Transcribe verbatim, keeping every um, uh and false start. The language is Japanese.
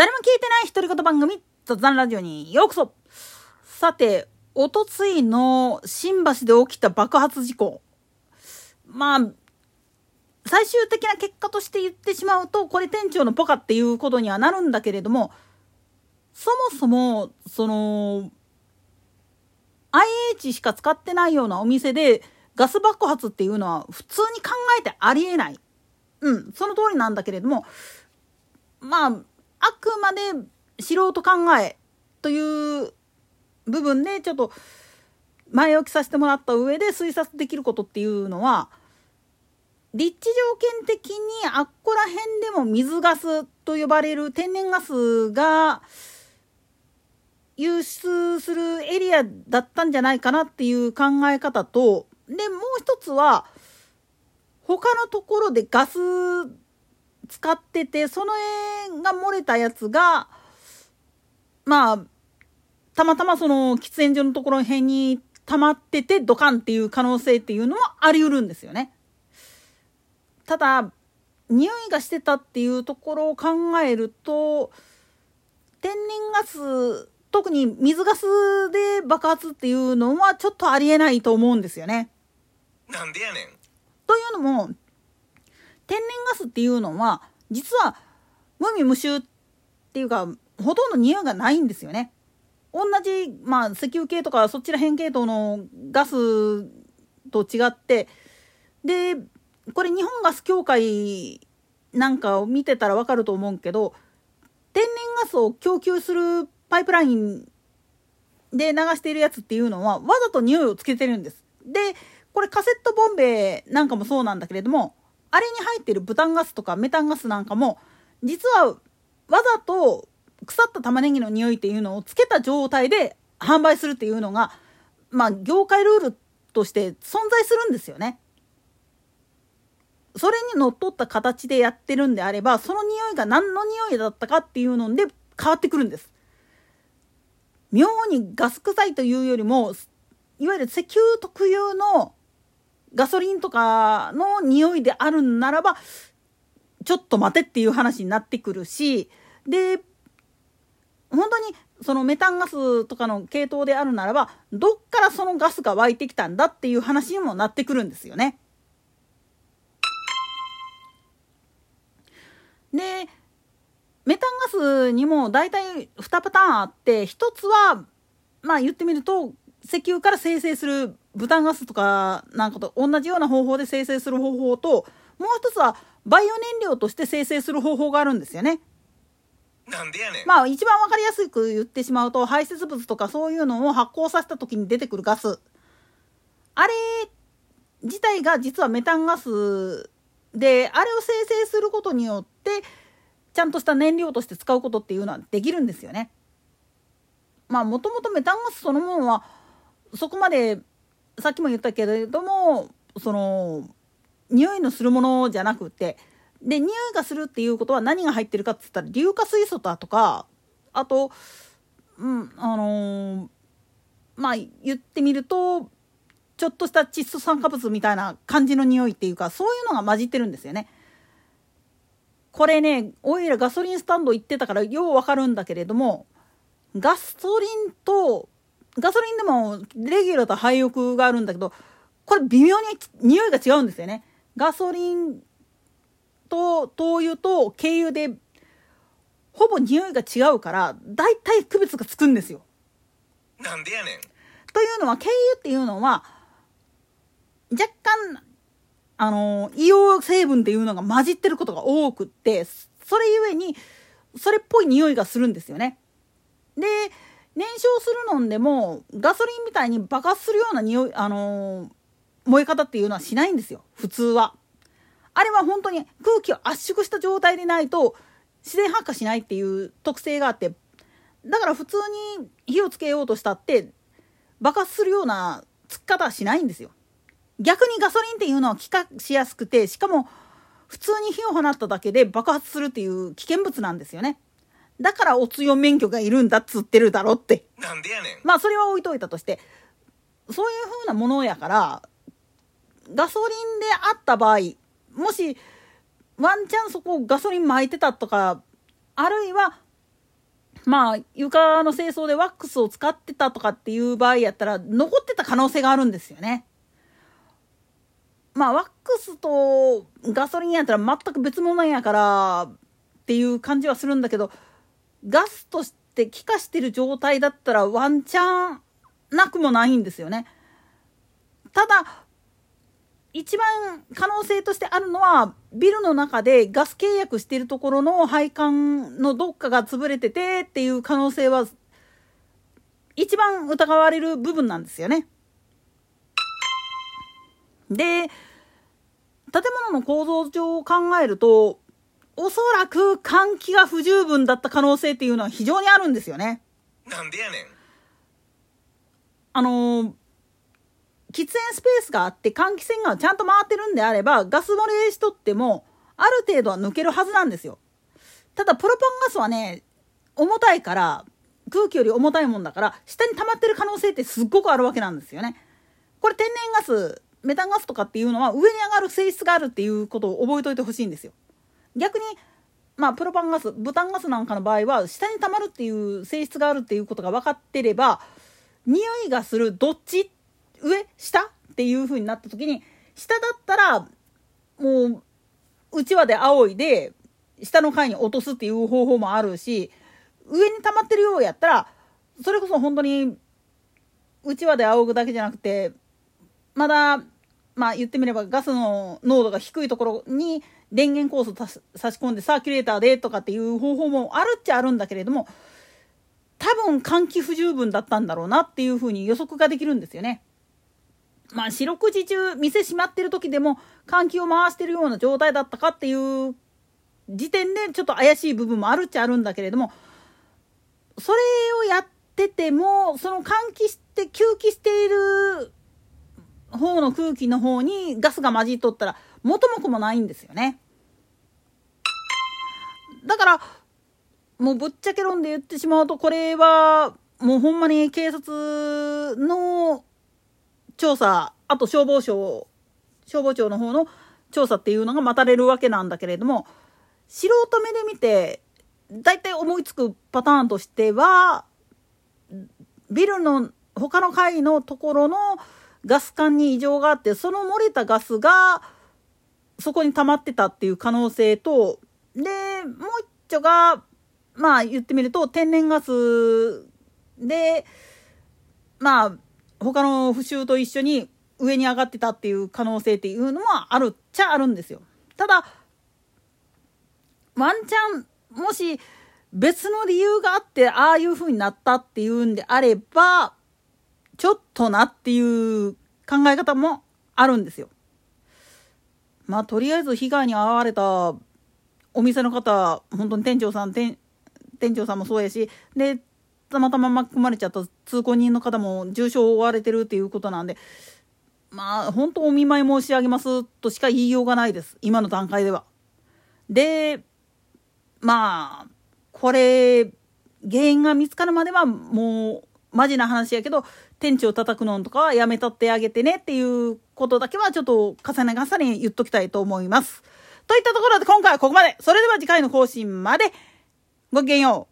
誰も聞いてない独り言番組雑談ラジオにようこそ。さて、おとついの新橋で起きた爆発事故、まあ最終的な結果として言ってしまうと、これ店長のポカっていうことにはなるんだけれども、そもそもその アイエイチ しか使ってないようなお店でガス爆発っていうのは普通に考えてありえない。うん、その通りなんだけれども、まああくまで素人考えという部分でちょっと前置きさせてもらった上で推察できることっていうのは、立地条件的にあっこら辺でも水ガスと呼ばれる天然ガスが輸出するエリアだったんじゃないかなっていう考え方と、でもう一つは他のところでガス使ってて、その絵が漏れたやつがまあたまたまその喫煙所のところの辺に溜まっててドカンっていう可能性っていうのもあり得るんですよね。ただ匂いがしてたっていうところを考えると、天然ガス、特に水ガスで爆発っていうのはちょっとありえないと思うんですよね。 なんでやねん。 というのも、天然ガスっていうのは実は無味無臭っていうかほとんど匂いがないんですよね。同じ、まあ、石油系とかそっちら辺系統のガスと違って、でこれ日本ガス協会なんかを見てたら分かると思うけど、天然ガスを供給するパイプラインで流しているやつっていうのはわざと匂いをつけてるんです。でこれカセットボンベなんかもそうなんだけれども、あれに入っているブタンガスとかメタンガスなんかも実はわざと腐った玉ねぎの匂いっていうのをつけた状態で販売するっていうのが、まあ業界ルールとして存在するんですよね。それにのっとった形でやってるんであれば、その匂いが何の匂いだったかっていうので変わってくるんです。妙にガス臭いというよりも、いわゆる石油特有のガソリンとかの匂いであるならばちょっと待てっていう話になってくるし、で本当にそのメタンガスとかの系統であるならば、どっからそのガスが湧いてきたんだっていう話にもなってくるんですよね。でメタンガスにもだいたいにパターンあって、一つはまあ言ってみると石油から生成するブタンガスとかなんかと同じような方法で生成する方法と、もう一つはバイオ燃料として生成する方法があるんですよね。 なんでやねん。 まあ一番わかりやすく言ってしまうと、排泄物とかそういうのを発酵させた時に出てくるガス、あれ自体が実はメタンガスで、あれを生成することによってちゃんとした燃料として使うことっていうのはできるんですよね。まあもともとメタンガスそのものはそこまでさっきも言ったけれども、その匂いのするものじゃなくて、で匂いがするっていうことは何が入ってるかって言ったら硫化水素だとか、あとうんあのー、まあ言ってみるとちょっとした窒素酸化物みたいな感じの匂いっていうか、そういうのが混じってるんですよね。これね、おいらガソリンスタンド行ってたからようわかるんだけれども、ガソリンとガソリンでもレギュラーと廃屋があるんだけど、これ微妙に匂いが違うんですよね。ガソリンと灯油と軽油でほぼ匂いが違うから、だいたい区別がつくんですよ。 なんでやねん。 というのは、軽油っていうのは若干あの硫黄成分っていうのが混じってることが多くって、それゆえにそれっぽい匂いがするんですよね。で燃焼するのでもガソリンみたいに爆発するような匂い、あのー、燃え方っていうのはしないんですよ、普通は。あれは本当に空気を圧縮した状態でないと自然発火しないっていう特性があって、だから普通に火をつけようとしたって爆発するようなつき方はしないんですよ。逆にガソリンっていうのは気化しやすくて、しかも普通に火を放っただけで爆発するっていう危険物なんですよね。だからお強免許がいるんだっつってるだろって。 なんでやねん。 まあそれは置いといたとして、そういう風なものやから、ガソリンであった場合、もしワンチャンそこガソリン撒いてたとか、あるいはまあ床の清掃でワックスを使ってたとかっていう場合やったら残ってた可能性があるんですよね。まあワックスとガソリンやったら全く別物やからっていう感じはするんだけど、ガスとして気化してる状態だったらワンチャンなくもないんですよね。ただ一番可能性としてあるのは、ビルの中でガス契約しているところの配管のどっかが潰れててっていう可能性は一番疑われる部分なんですよね。で、建物の構造上を考えると、おそらく換気が不十分だった可能性っていうのは非常にあるんですよね。 なんでやねん。 あのー喫煙スペースがあって換気扇がちゃんと回ってるんであれば、ガス漏れしとってもある程度は抜けるはずなんですよ。ただプロパンガスはね、重たいから、空気より重たいもんだから下に溜まってる可能性ってすっごくあるわけなんですよね。これ天然ガス、メタンガスとかっていうのは上に上がる性質があるっていうことを覚えておいてほしいんですよ。逆にまあプロパンガス、ブタンガスなんかの場合は下に溜まるっていう性質があるっていうことが分かってれば、匂いがするどっち上下っていう風になった時に、下だったらもううちわで仰いで下の階に落とすっていう方法もあるし、上に溜まってるようやったらそれこそ本当にうちわで仰ぐだけじゃなくて、まだまあ言ってみればガスの濃度が低いところに電源コースを差し込んでサーキュレーターでとかっていう方法もあるっちゃあるんだけれども、多分換気不十分だったんだろうなっていう風に予測ができるんですよね。まあ四六時中店閉まってる時でも換気を回してるような状態だったかっていう時点でちょっと怪しい部分もあるっちゃあるんだけれども、それをやっててもその換気して吸気している方の空気の方にガスが混じっとったら元も子もないんですよね。だからもうぶっちゃけ論で言ってしまうと、これはもうほんまに警察の調査、あと消防署、消防庁の方の調査っていうのが待たれるわけなんだけれども、素人目で見てだいたい思いつくパターンとしては、ビルの他の階のところのガス管に異常があって、その漏れたガスがそこに溜まってたっていう可能性と、でもう一丁がまあ言ってみると天然ガスでまあ他の腐臭と一緒に上に上がってたっていう可能性っていうのはあるっちゃあるんですよ。ただワンチャンもし別の理由があってああいう風になったっていうんであれば、ちょっとなっていう考え方もあるんですよ。まあとりあえず被害に遭われたお店の方、本当に店長さん店店長さんもそうやし、でたまたま巻き込まれちゃった通行人の方も重傷を負われてるっていうことなんで、まあ本当お見舞い申し上げますとしか言いようがないです、今の段階では。でまあこれ原因が見つかるまではもうマジな話やけど、店長叩くのとかはやめたってあげてねっていうことだけはちょっと重ね重ね言っときたいと思います。といったところで今回はここまで。それでは次回の更新までごきげんよう。